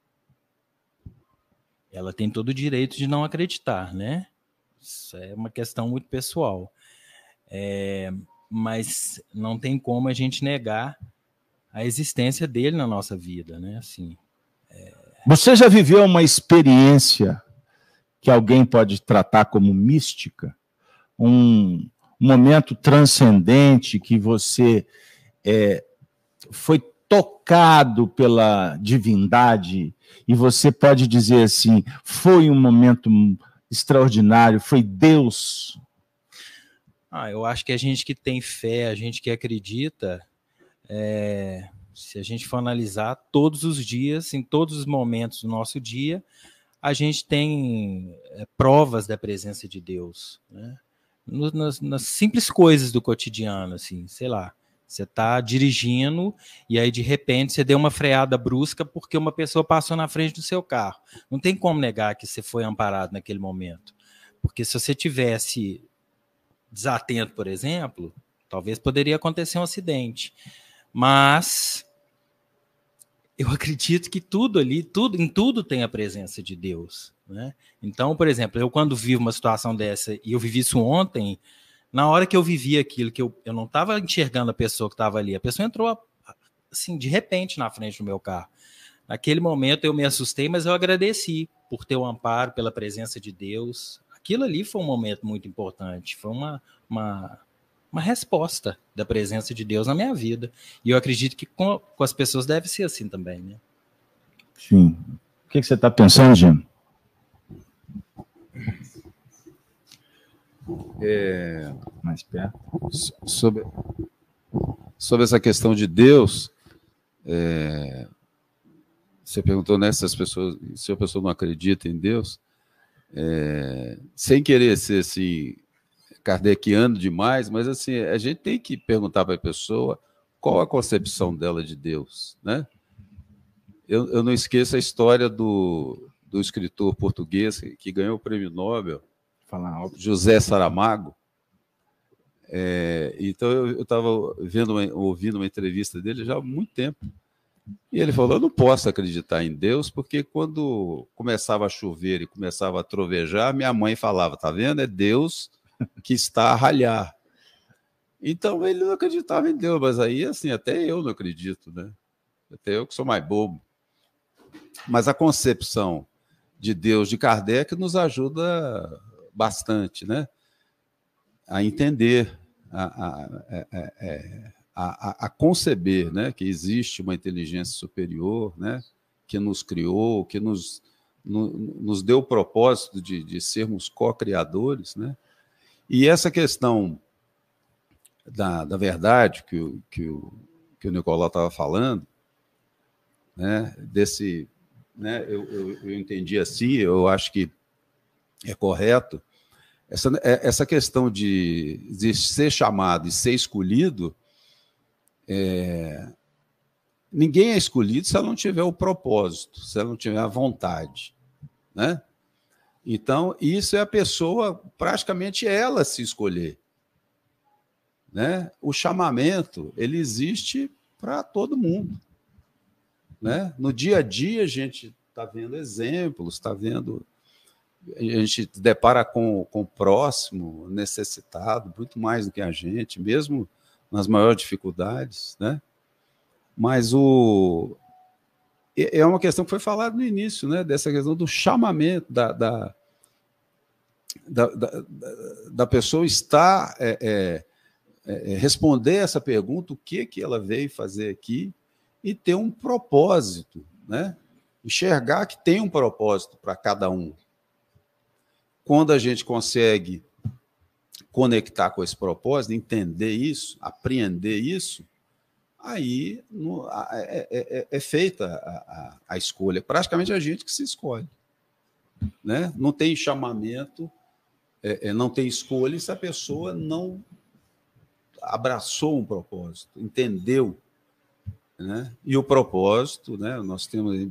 Ela tem todo o direito de não acreditar, né? Isso é uma questão muito pessoal. É, mas não tem como a gente negar a existência dele na nossa vida, né? Assim, é... Você já viveu uma experiência que alguém pode tratar como mística, um momento transcendente que você é, foi tocado pela divindade e você pode dizer assim, foi um momento extraordinário, foi Deus? Ah, eu acho que a gente que tem fé, a gente que acredita, é, se a gente for analisar todos os dias, em todos os momentos do nosso dia, a gente tem é, provas da presença de Deus, né? Nas, nas simples coisas do cotidiano, assim, sei lá, você está dirigindo e aí de repente você deu uma freada brusca porque uma pessoa passou na frente do seu carro. Não tem como negar que você foi amparado naquele momento, porque se você tivesse desatento, por exemplo, talvez poderia acontecer um acidente, mas eu acredito que tudo ali, tudo, em tudo tem a presença de Deus, né? Então, por exemplo, eu quando vivo uma situação dessa, e eu vivi isso ontem, na hora que eu vivi aquilo, que eu, eu não estava enxergando a pessoa que estava ali, a pessoa entrou assim, de repente na frente do meu carro. Naquele momento eu me assustei, mas eu agradeci por ter o amparo, pela presença de Deus. Aquilo ali foi um momento muito importante, foi uma... uma uma resposta da presença de Deus na minha vida. E eu acredito que com, com as pessoas deve ser assim também, né? Sim. O que, que você está pensando, Jim? É, mais perto. Sobre, sobre essa questão de Deus, é, você perguntou, né, se as pessoas, se a pessoa não acredita em Deus, é, sem querer ser assim, kardeciano demais, mas assim, a gente tem que perguntar para a pessoa qual a concepção dela de Deus, né? Eu, eu não esqueço a história do, do escritor português que ganhou o prêmio Nobel, José Saramago. É, então eu estava vendo, uma, ouvindo uma entrevista dele já há muito tempo, e ele falou, eu não posso acreditar em Deus, porque quando começava a chover e começava a trovejar, minha mãe falava, tá vendo? É Deus que está a ralhar. Então ele não acreditava em Deus, mas aí assim, até eu não acredito, né? Até eu que sou mais bobo. Mas a concepção de Deus de Kardec nos ajuda bastante, né? A entender, a, a, a, a, a conceber, né? Que existe uma inteligência superior, né? Que nos criou, que nos, no, nos deu o propósito de, de sermos co-criadores, né? E essa questão da, da verdade que o, que o, que o Nicolau estava falando, né? Desse... Né, eu, eu, eu entendi assim, eu acho que é correto. Essa, essa questão de, de ser chamado e ser escolhido, é, ninguém é escolhido se ela não tiver o propósito, se ela não tiver a vontade, né? Então, isso é a pessoa, praticamente ela se escolher, né? O chamamento, ele existe para todo mundo. Né? No dia a dia, a gente está vendo exemplos, está vendo, a gente depara com, com o próximo necessitado, muito mais do que a gente, mesmo nas maiores dificuldades, né? Mas o, é uma questão que foi falada no início, né? Dessa questão do chamamento, da, da, da, da, da pessoa estar, é, é, é, responder essa pergunta, o que, que ela veio fazer aqui, e ter um propósito, né? Enxergar que tem um propósito para cada um. Quando a gente consegue conectar com esse propósito, entender isso, apreender isso, aí no, é, é, é feita a, a, a escolha. Praticamente a gente que se escolhe, né? Não tem chamamento, é, é, não tem escolha se a pessoa não abraçou um propósito, entendeu. Né? E o propósito, né? Nós temos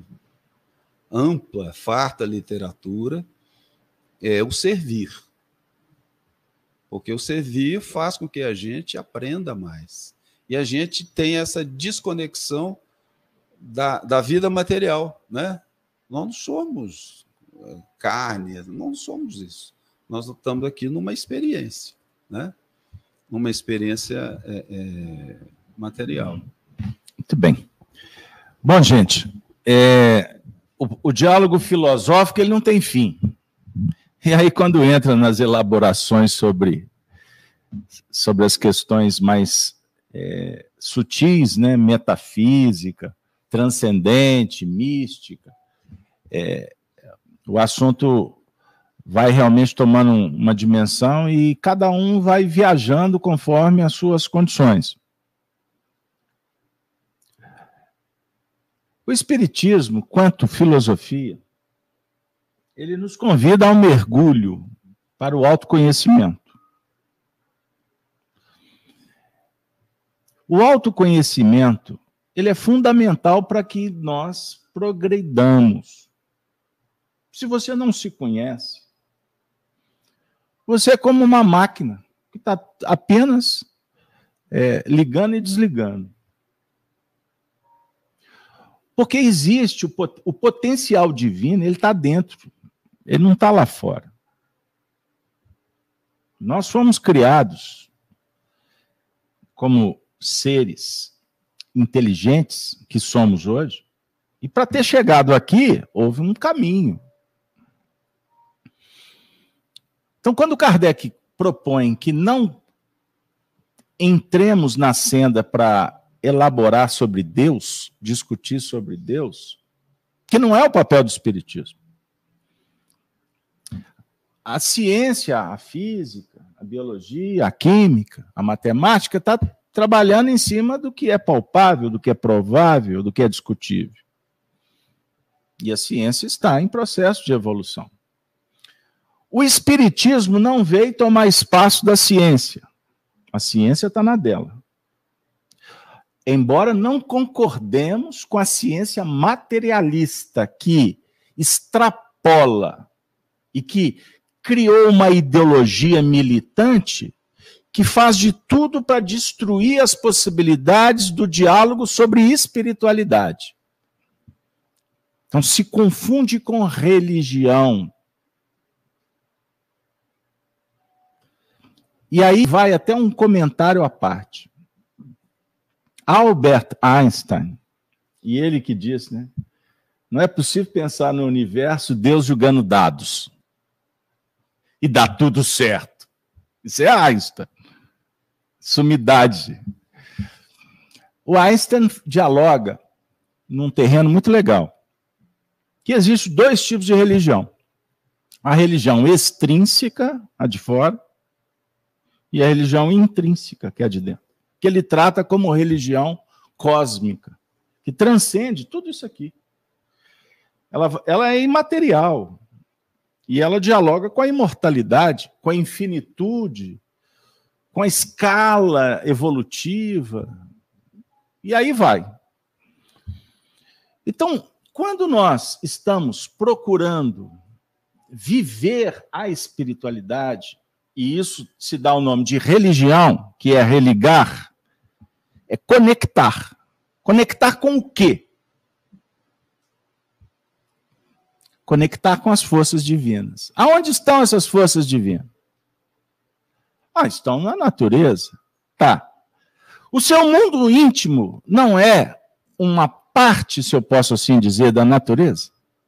ampla, farta literatura, é o servir. Porque o servir faz com que a gente aprenda mais. E a gente tem essa desconexão da, da vida material. Né? Nós não somos carne, não somos isso. Nós estamos aqui numa experiência, né? Numa experiência é, é, material. Muito bem. Bom, gente, é, o, o diálogo filosófico ele não tem fim. E aí, quando entra nas elaborações sobre, sobre as questões mais é, sutis, né, metafísica, transcendente, mística, é, o assunto vai realmente tomando uma dimensão e cada um vai viajando conforme as suas condições. O Espiritismo, quanto filosofia, ele nos convida a um mergulho para o autoconhecimento. O autoconhecimento, ele é fundamental para que nós progredamos. Se você não se conhece, você é como uma máquina que está apenas é, ligando e desligando. Porque existe o, pot- o potencial divino, ele está dentro, ele não está lá fora. Nós fomos criados como seres inteligentes que somos hoje, e para ter chegado aqui, houve um caminho. Então, quando Kardec propõe que não entremos na senda para elaborar sobre Deus, discutir sobre Deus, que não é o papel do Espiritismo. A ciência, a física, a biologia, a química, a matemática está trabalhando em cima do que é palpável, do que é provável, do que é discutível. E a ciência está em processo de evolução. O Espiritismo não veio tomar espaço da ciência. A ciência está na dela. Embora não concordemos com a ciência materialista que extrapola e que criou uma ideologia militante que faz de tudo para destruir as possibilidades do diálogo sobre espiritualidade. Então, se confunde com religião. E aí vai até um comentário à parte. Albert Einstein, e ele que disse, né? Não é possível pensar no universo Deus jogando dados e dá tudo certo. Isso é Einstein. Sumidade. O Einstein dialoga num terreno muito legal, que existem dois tipos de religião. A religião extrínseca, a de fora, e a religião intrínseca, que é a de dentro. Que ele trata como religião cósmica, que transcende tudo isso aqui. Ela, ela é imaterial, e ela dialoga com a imortalidade, com a infinitude, com a escala evolutiva, e aí vai. Então, quando nós estamos procurando viver a espiritualidade, e isso se dá o nome de religião, que é religar, é conectar. Conectar com o quê? Conectar com as forças divinas. Aonde estão essas forças divinas? Ah, estão na natureza. Tá. O seu mundo íntimo não é uma parte, se eu posso assim dizer, da natureza?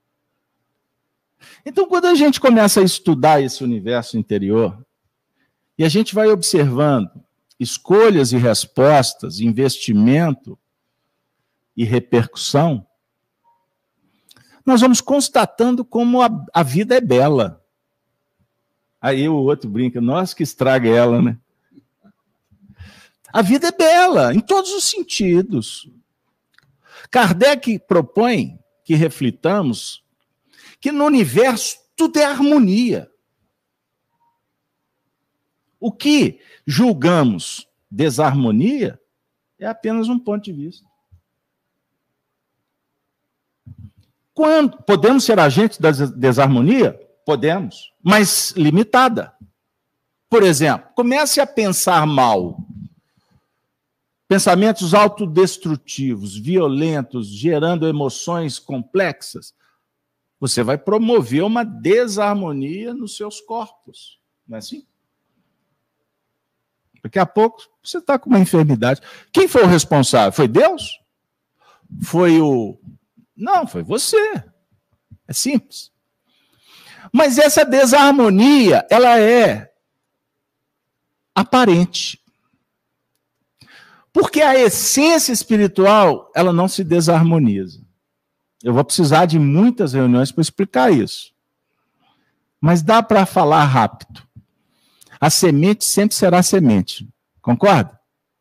Então, quando a gente começa a estudar esse universo interior, e a gente vai observando escolhas e respostas, investimento e repercussão, nós vamos constatando como a, a vida é bela. Aí o outro brinca, nós que estraga ela, né? A vida é bela, em todos os sentidos. Kardec propõe que reflitamos que no universo tudo é harmonia. O que julgamos desarmonia é apenas um ponto de vista. Quando podemos ser agentes da desarmonia? Podemos, mas limitada. Por exemplo, comece a pensar mal. Pensamentos autodestrutivos, violentos, gerando emoções complexas. Você vai promover uma desarmonia nos seus corpos. Não é assim? Daqui a pouco você está com uma enfermidade. Quem foi o responsável? Foi Deus? Foi o... Não, foi você. É simples. Mas essa desarmonia, ela é aparente. Porque a essência espiritual, ela não se desarmoniza. Eu vou precisar de muitas reuniões para explicar isso. Mas dá para falar rápido. A semente sempre será semente. Concorda?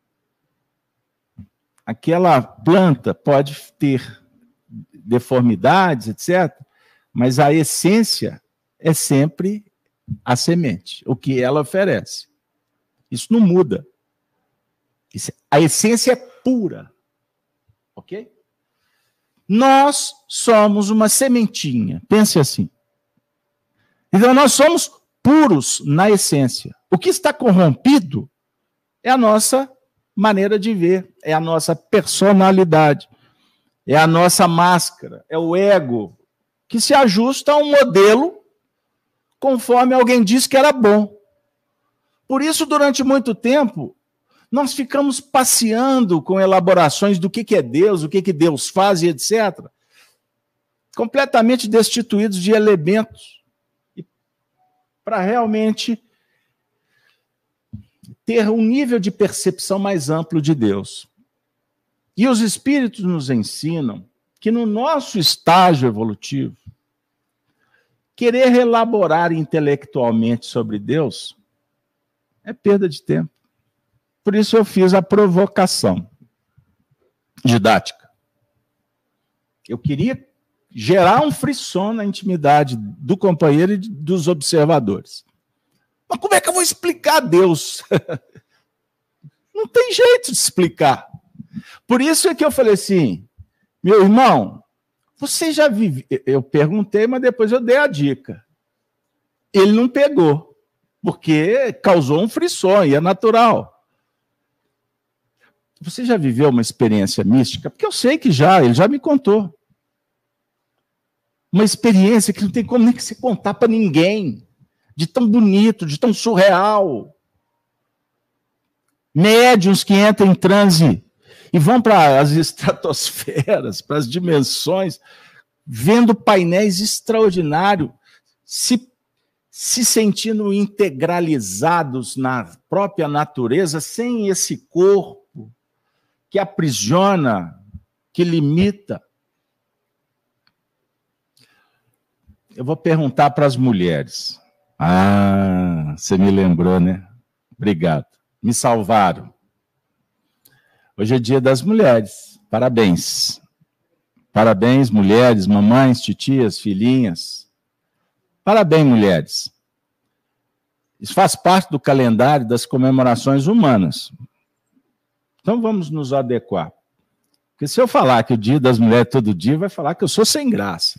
Aquela planta pode ter deformidades, etcétera, mas a essência é sempre a semente, o que ela oferece. Isso não muda. Isso, a essência é pura. Ok? Nós somos uma sementinha. Pense assim. Então, nós somos puros na essência. O que está corrompido é a nossa maneira de ver, é a nossa personalidade, é a nossa máscara, é o ego, que se ajusta a um modelo conforme alguém disse que era bom. Por isso, durante muito tempo, nós ficamos passeando com elaborações do que é Deus, o que Deus faz e etcétera, completamente destituídos de elementos, para realmente ter um nível de percepção mais amplo de Deus. E os espíritos nos ensinam que no nosso estágio evolutivo, querer elaborar intelectualmente sobre Deus é perda de tempo. Por isso eu fiz a provocação didática. Eu queria gerar um frisson na intimidade do companheiro e dos observadores. Mas como é que eu vou explicar Deus? Não tem jeito de explicar. Por isso é que eu falei assim, meu irmão, você já vive... Eu perguntei, mas depois eu dei a dica. Ele não pegou, porque causou um frisson, e é natural. Você já viveu uma experiência mística? Porque eu sei que já, ele já me contou. Uma experiência que não tem como nem que se contar para ninguém. De tão bonito, de tão surreal. Médiuns que entram em transe e vão para as estratosferas, para as dimensões, vendo painéis extraordinários, se, se sentindo integralizados na própria natureza, sem esse corpo que aprisiona, que limita. Eu vou perguntar para as mulheres. Ah, você me lembrou, né? Obrigado. Me salvaram. Hoje é dia das mulheres. Parabéns. Parabéns, mulheres, mamães, titias, filhinhas. Parabéns, mulheres. Isso faz parte do calendário das comemorações humanas. Então vamos nos adequar. Porque se eu falar que o dia das mulheres todo dia, vai falar que eu sou sem graça.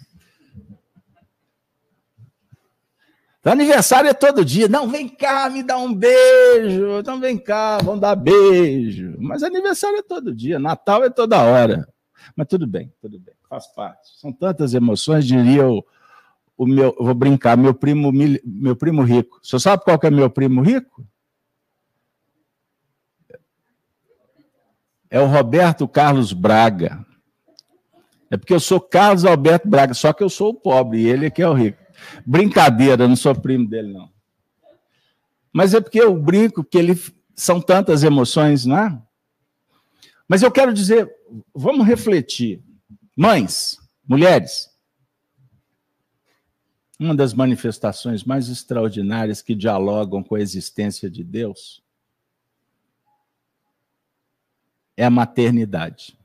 O aniversário é todo dia. Não, vem cá, me dá um beijo. Não, vem cá, vamos dar beijo. Mas aniversário é todo dia. Natal é toda hora. Mas tudo bem, tudo bem. Faz parte. São tantas emoções, diria o, o meu... Vou brincar, meu primo, meu primo rico. Você sabe qual que é meu primo rico? É o Roberto Carlos Braga. É porque eu sou Carlos Alberto Braga, só que eu sou o pobre e ele é que é o rico. Brincadeira, não sou primo dele, não. Mas é porque eu brinco, porque ele, são tantas emoções, não é? Mas eu quero dizer, vamos refletir. Mães, mulheres, uma das manifestações mais extraordinárias que dialogam com a existência de Deus é a maternidade.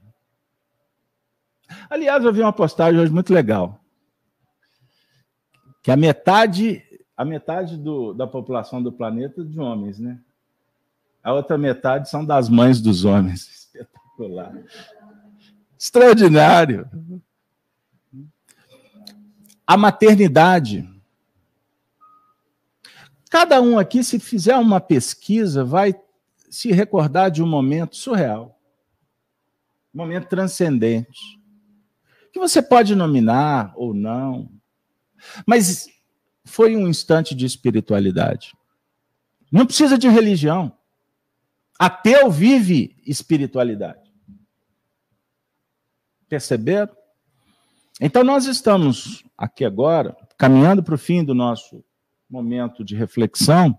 Aliás, eu vi uma postagem hoje muito legal. Que a metade, a metade do, da população do planeta é de homens, né? A outra metade são das mães dos homens. Espetacular. Extraordinário. A maternidade. Cada um aqui, se fizer uma pesquisa, vai se recordar de um momento surreal. Um momento transcendente. Que você pode nominar ou não. Mas foi um instante de espiritualidade. Não precisa de religião. Ateu vive espiritualidade. Perceberam? Então, nós estamos aqui agora, caminhando para o fim do nosso momento de reflexão,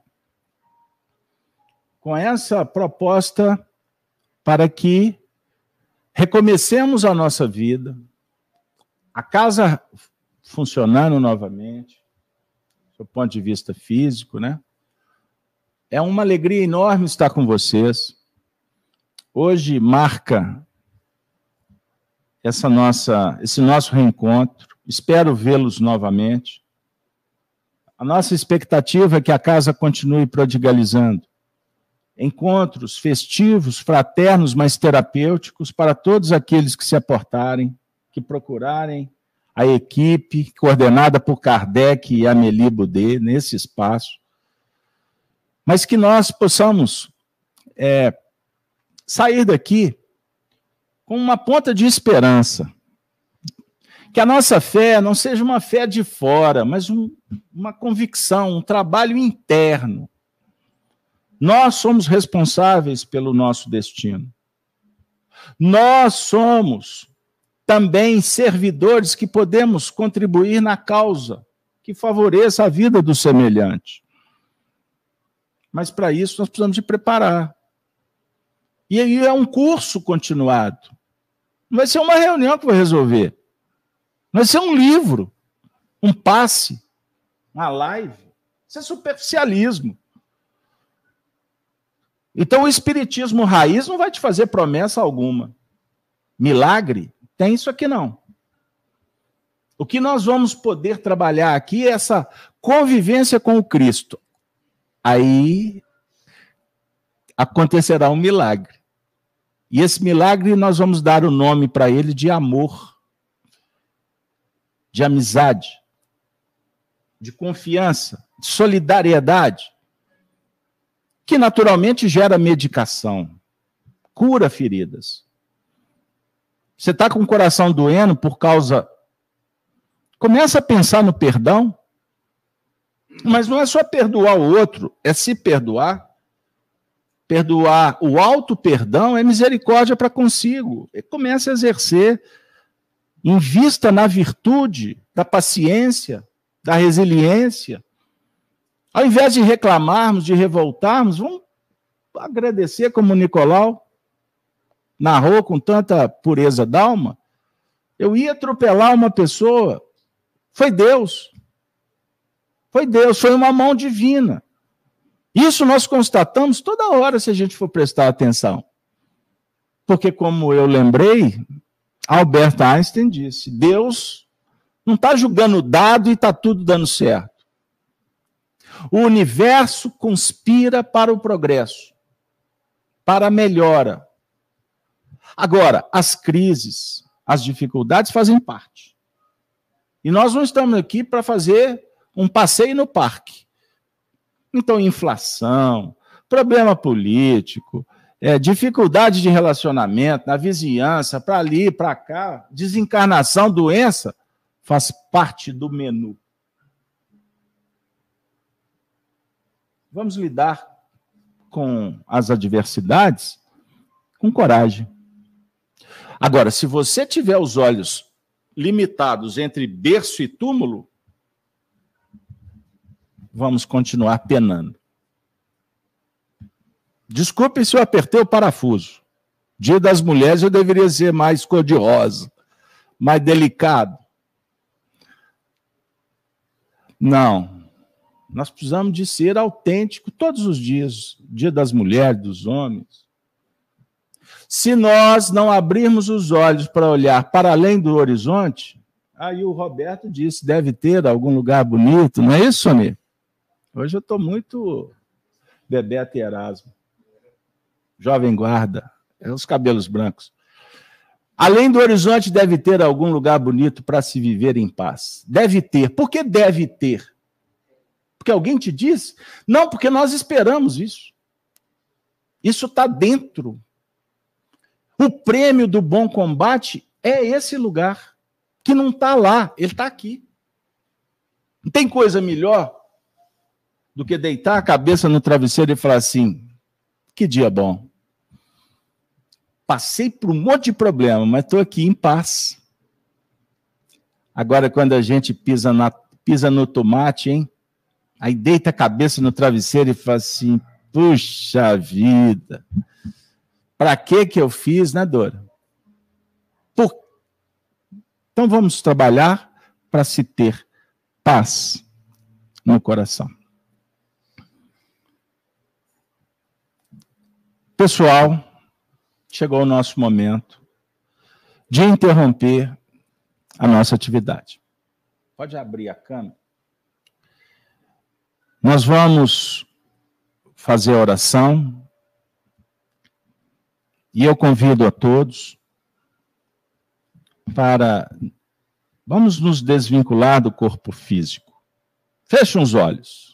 com essa proposta para que recomecemos a nossa vida, a casa funcionando novamente, do ponto de vista físico, né? É uma alegria enorme estar com vocês. Hoje marca essa nossa, esse nosso reencontro. Espero vê-los novamente. A nossa expectativa é que a casa continue prodigalizando encontros festivos, fraternos, mas terapêuticos para todos aqueles que se aportarem, que procurarem a equipe coordenada por Kardec e Amélie Boudet nesse espaço, mas que nós possamos é, sair daqui com uma ponta de esperança, que a nossa fé não seja uma fé de fora, mas um, uma convicção, um trabalho interno. Nós somos responsáveis pelo nosso destino. Nós somos também servidores que podemos contribuir na causa que favoreça a vida do semelhante. Mas para isso nós precisamos de preparar. E aí é um curso continuado. Não vai ser uma reunião que vai resolver. Vai ser um livro, um passe, uma live. Isso é superficialismo. Então o espiritismo raiz não vai te fazer promessa alguma. Milagre? Tem isso aqui não. O que nós vamos poder trabalhar aqui é essa convivência com o Cristo. Aí acontecerá um milagre. E esse milagre nós vamos dar o nome para ele de amor, de amizade, de confiança, de solidariedade, que naturalmente gera medicação, cura feridas. Você está com o coração doendo por causa... Começa a pensar no perdão, mas não é só perdoar o outro, é se perdoar. Perdoar, o auto-perdão é misericórdia para consigo. E começa a exercer Invista na virtude da paciência, da resiliência. Ao invés de reclamarmos, de revoltarmos, vamos agradecer como o Nicolau narrou com tanta pureza d'alma. Eu ia atropelar uma pessoa, foi Deus. Foi Deus, foi uma mão divina. Isso nós constatamos toda hora se a gente for prestar atenção. Porque, como eu lembrei, Albert Einstein disse, Deus não está julgando o dado e está tudo dando certo. O universo conspira para o progresso, para a melhora. Agora, as crises, as dificuldades fazem parte. E nós não estamos aqui para fazer um passeio no parque. Então, inflação, problema político, é, dificuldade de relacionamento na vizinhança, para ali, para cá, desencarnação, doença, faz parte do menu. Vamos lidar com as adversidades com coragem. Agora, se você tiver os olhos limitados entre berço e túmulo, vamos continuar penando. Desculpe se eu apertei o parafuso. Dia das Mulheres eu deveria ser mais cor-de-rosa, mais delicado. Não. Nós precisamos de ser autêntico todos os dias. Dia das Mulheres, dos homens. Se nós não abrirmos os olhos para olhar para além do horizonte, aí o Roberto disse, deve ter algum lugar bonito, não é isso, Sonê? Hoje eu estou muito Bebeto e Erasmo. Jovem guarda, é os cabelos brancos. Além do horizonte deve ter algum lugar bonito para se viver em paz. Deve ter. Por que deve ter? Porque alguém te diz? Não, porque nós esperamos isso. Isso está dentro. O prêmio do bom combate é esse lugar, que não está lá, ele está aqui. Não tem coisa melhor do que deitar a cabeça no travesseiro e falar assim, que dia bom. Passei por um monte de problema, mas estou aqui em paz. Agora, quando a gente pisa, na, pisa no tomate, hein? Aí deita a cabeça no travesseiro e fala assim, puxa vida, para que que eu fiz, né, Dora? Por... Então vamos trabalhar para se ter paz no coração. Pessoal, chegou o nosso momento de interromper a nossa atividade. Pode abrir a câmera. Nós vamos fazer a oração e eu convido a todos para... Vamos nos desvincular do corpo físico. Fechem os olhos.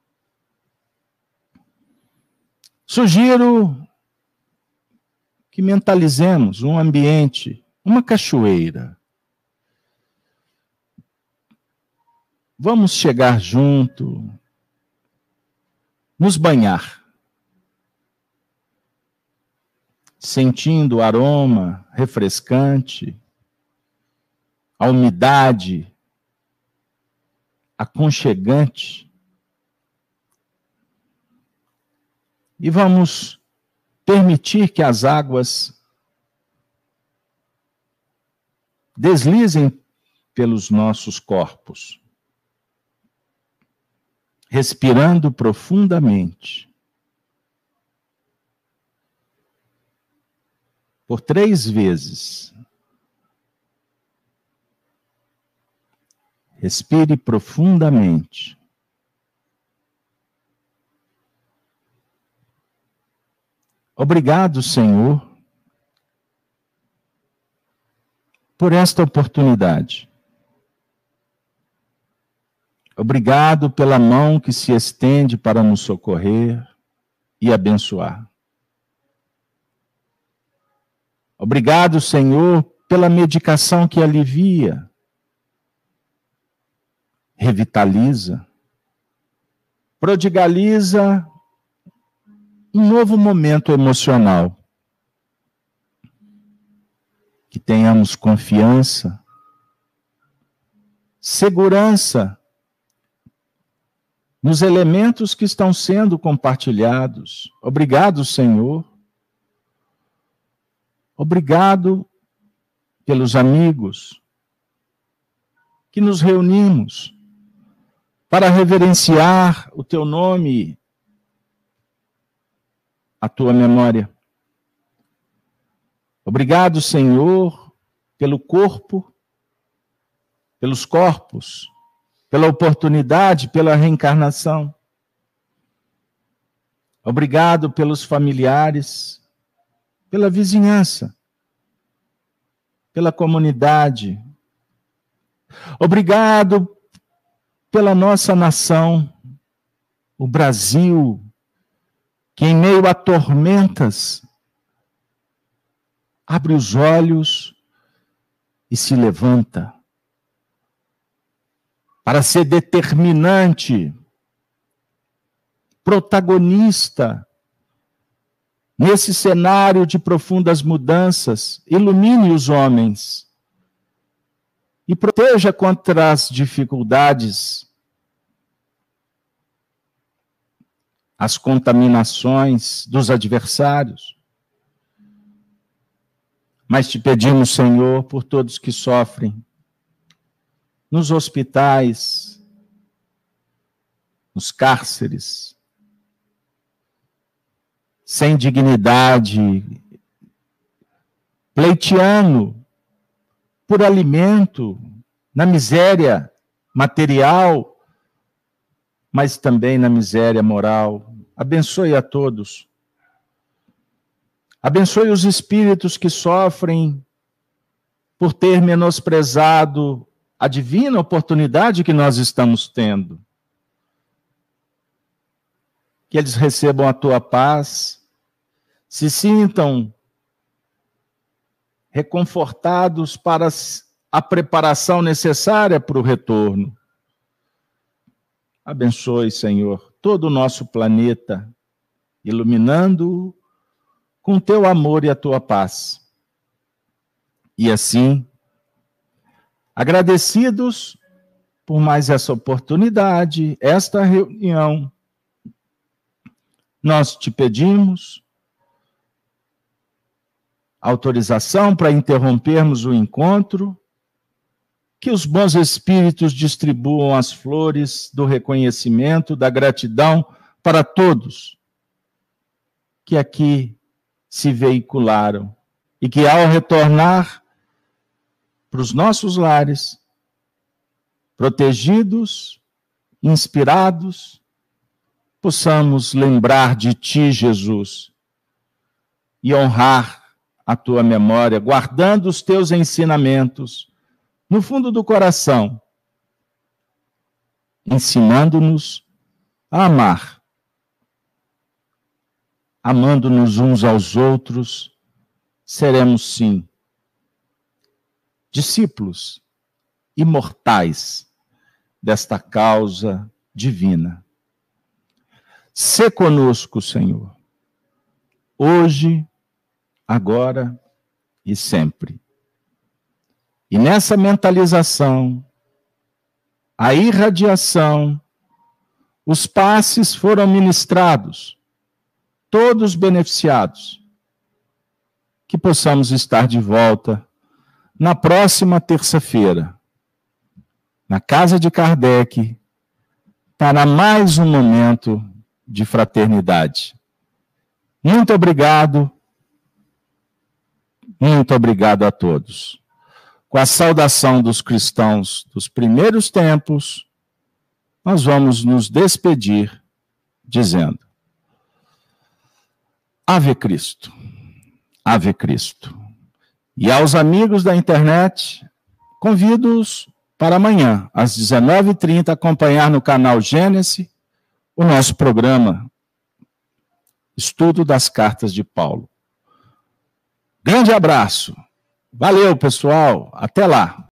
Sugiro que mentalizemos um ambiente, uma cachoeira. Vamos chegar junto, nos banhar, sentindo o aroma refrescante, a umidade aconchegante. E vamos permitir que as águas deslizem pelos nossos corpos, respirando profundamente. Por três vezes. Respire profundamente. Obrigado, Senhor, por esta oportunidade. Obrigado pela mão que se estende para nos socorrer e abençoar. Obrigado, Senhor, pela medicação que alivia, revitaliza, prodigaliza um novo momento emocional. Que tenhamos confiança segurança nos elementos que estão sendo compartilhados. Obrigado, Senhor. Obrigado pelos amigos que nos reunimos para reverenciar o teu nome, a tua memória. Obrigado, Senhor, pelo corpo, pelos corpos, pela oportunidade, pela reencarnação. Obrigado pelos familiares, pela vizinhança, pela comunidade. Obrigado pela nossa nação, o Brasil, que em meio a tormentas abre os olhos e se levanta para ser determinante, protagonista nesse cenário de profundas mudanças. Ilumine os homens e proteja contra as dificuldades, as contaminações dos adversários. Mas te pedimos, Senhor, por todos que sofrem nos hospitais, nos cárceres, sem dignidade, pleiteando por alimento, na miséria material, mas também na miséria moral. Abençoe a todos. Abençoe os espíritos que sofrem por ter menosprezado a divina oportunidade que nós estamos tendo. Que eles recebam a tua paz, se sintam reconfortados para a preparação necessária para o retorno. Abençoe, Senhor, todo o nosso planeta, iluminando-o com teu amor e a tua paz. E assim, agradecidos por mais essa oportunidade, esta reunião, nós te pedimos autorização para interrompermos o encontro, que os bons espíritos distribuam as flores do reconhecimento, da gratidão para todos que aqui se veicularam e que ao retornar para os nossos lares, protegidos, inspirados, possamos lembrar de ti, Jesus, e honrar a tua memória, guardando os teus ensinamentos no fundo do coração, ensinando-nos a amar, amando-nos uns aos outros, seremos sim discípulos imortais desta causa divina. Sê conosco, Senhor, hoje, agora e sempre. E nessa mentalização, a irradiação, os passes foram ministrados, todos beneficiados. Que possamos estar de volta na próxima terça-feira, na casa de Kardec, para mais um momento de fraternidade. Muito obrigado, muito obrigado a todos. Com a saudação dos cristãos dos primeiros tempos, nós vamos nos despedir dizendo: Ave Cristo, Ave Cristo. E aos amigos da internet, convido-os para amanhã, às dezenove e trinta, acompanhar no canal Gênesis o nosso programa Estudo das Cartas de Paulo. Grande abraço. Valeu, pessoal. Até lá.